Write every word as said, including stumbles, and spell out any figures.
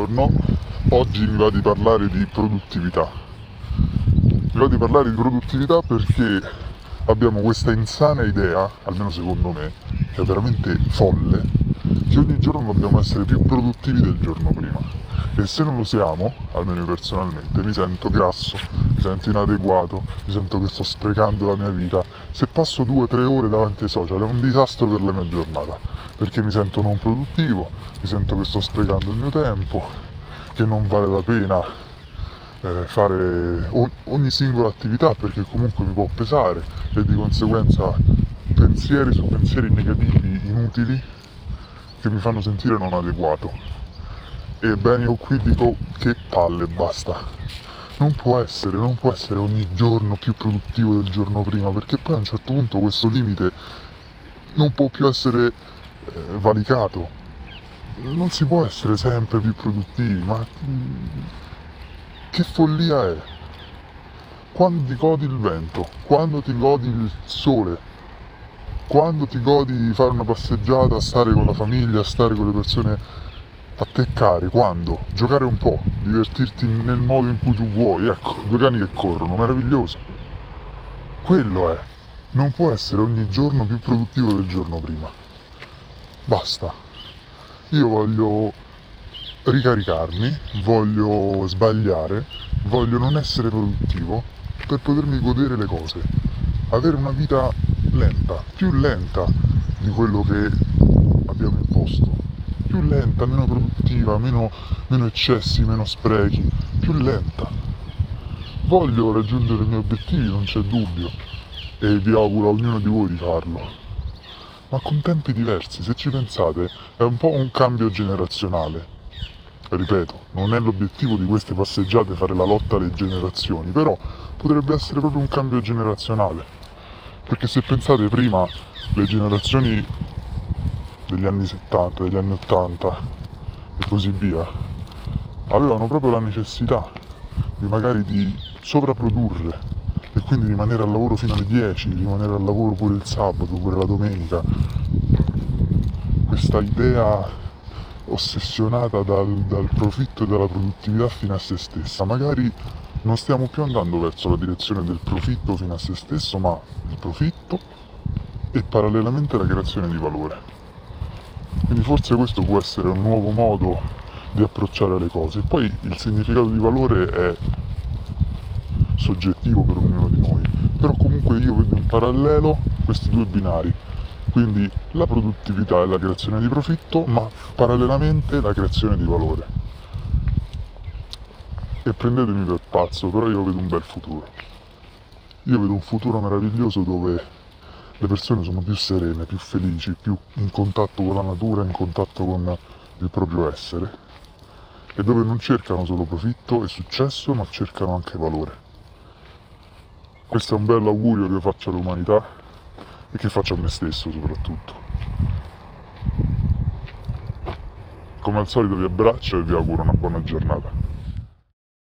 buongiorno. Oggi mi va di parlare di produttività. Mi va di parlare di produttività perché abbiamo questa insana idea, almeno secondo me, che è veramente folle, che ogni giorno dobbiamo essere più produttivi del giorno prima. E se non lo siamo, almeno io personalmente, mi sento grasso, mi sento inadeguato, mi sento che sto sprecando la mia vita. Se passo due o tre ore davanti ai social è un disastro per la mia giornata, perché mi sento non produttivo, mi sento che sto sprecando il mio tempo, che non vale la pena eh, fare o- ogni singola attività perché comunque mi può pesare e di conseguenza pensieri su pensieri negativi inutili che mi fanno sentire non adeguato. Ebbene, io qui dico che palle, basta. Non può essere, non può essere ogni giorno più produttivo del giorno prima, perché poi a un certo punto questo limite non può più essere eh, valicato. Non si può essere sempre più produttivi, ma mm, che follia è? Quando ti godi il vento, quando ti godi il sole, quando ti godi di fare una passeggiata, stare con la famiglia, stare con le persone a te cari, quando? Giocare un po', divertirti nel modo in cui tu vuoi, ecco, due cani che corrono, meraviglioso. Quello è. Non può essere ogni giorno più produttivo del giorno prima. Basta. Io voglio ricaricarmi, voglio sbagliare, voglio non essere produttivo per potermi godere le cose. Avere una vita lenta, più lenta di quello che abbiamo imposto. Più lenta, meno produttiva, meno, meno eccessi, meno sprechi, più lenta. Voglio raggiungere i miei obiettivi, non c'è dubbio, e vi auguro a ognuno di voi di farlo. Ma con tempi diversi, se ci pensate, è un po' un cambio generazionale. Ripeto, non è l'obiettivo di queste passeggiate fare la lotta alle generazioni, però potrebbe essere proprio un cambio generazionale. Perché se pensate prima, le generazioni degli anni settanta, degli anni ottanta e così via, avevano proprio la necessità di magari di sovrapprodurre e quindi rimanere al lavoro fino alle dieci, rimanere al lavoro pure il sabato, pure la domenica. Questa idea ossessionata dal, dal profitto e dalla produttività fino a se stessa. Magari non stiamo più andando verso la direzione del profitto fino a se stesso, ma il profitto e parallelamente la creazione di valore. Quindi forse questo può essere un nuovo modo di approcciare le cose. E poi il significato di valore è soggettivo per ognuno di noi, però comunque io vedo in parallelo questi due binari, quindi la produttività e la creazione di profitto, ma parallelamente la creazione di valore. E prendetemi per pazzo, però io vedo un bel futuro. Io vedo un futuro meraviglioso dove le persone sono più serene, più felici, più in contatto con la natura, in contatto con il proprio essere, e dove non cercano solo profitto e successo, ma cercano anche valore. Questo è un bel augurio che faccio all'umanità e che faccio a me stesso soprattutto. Come al solito vi abbraccio e vi auguro una buona giornata.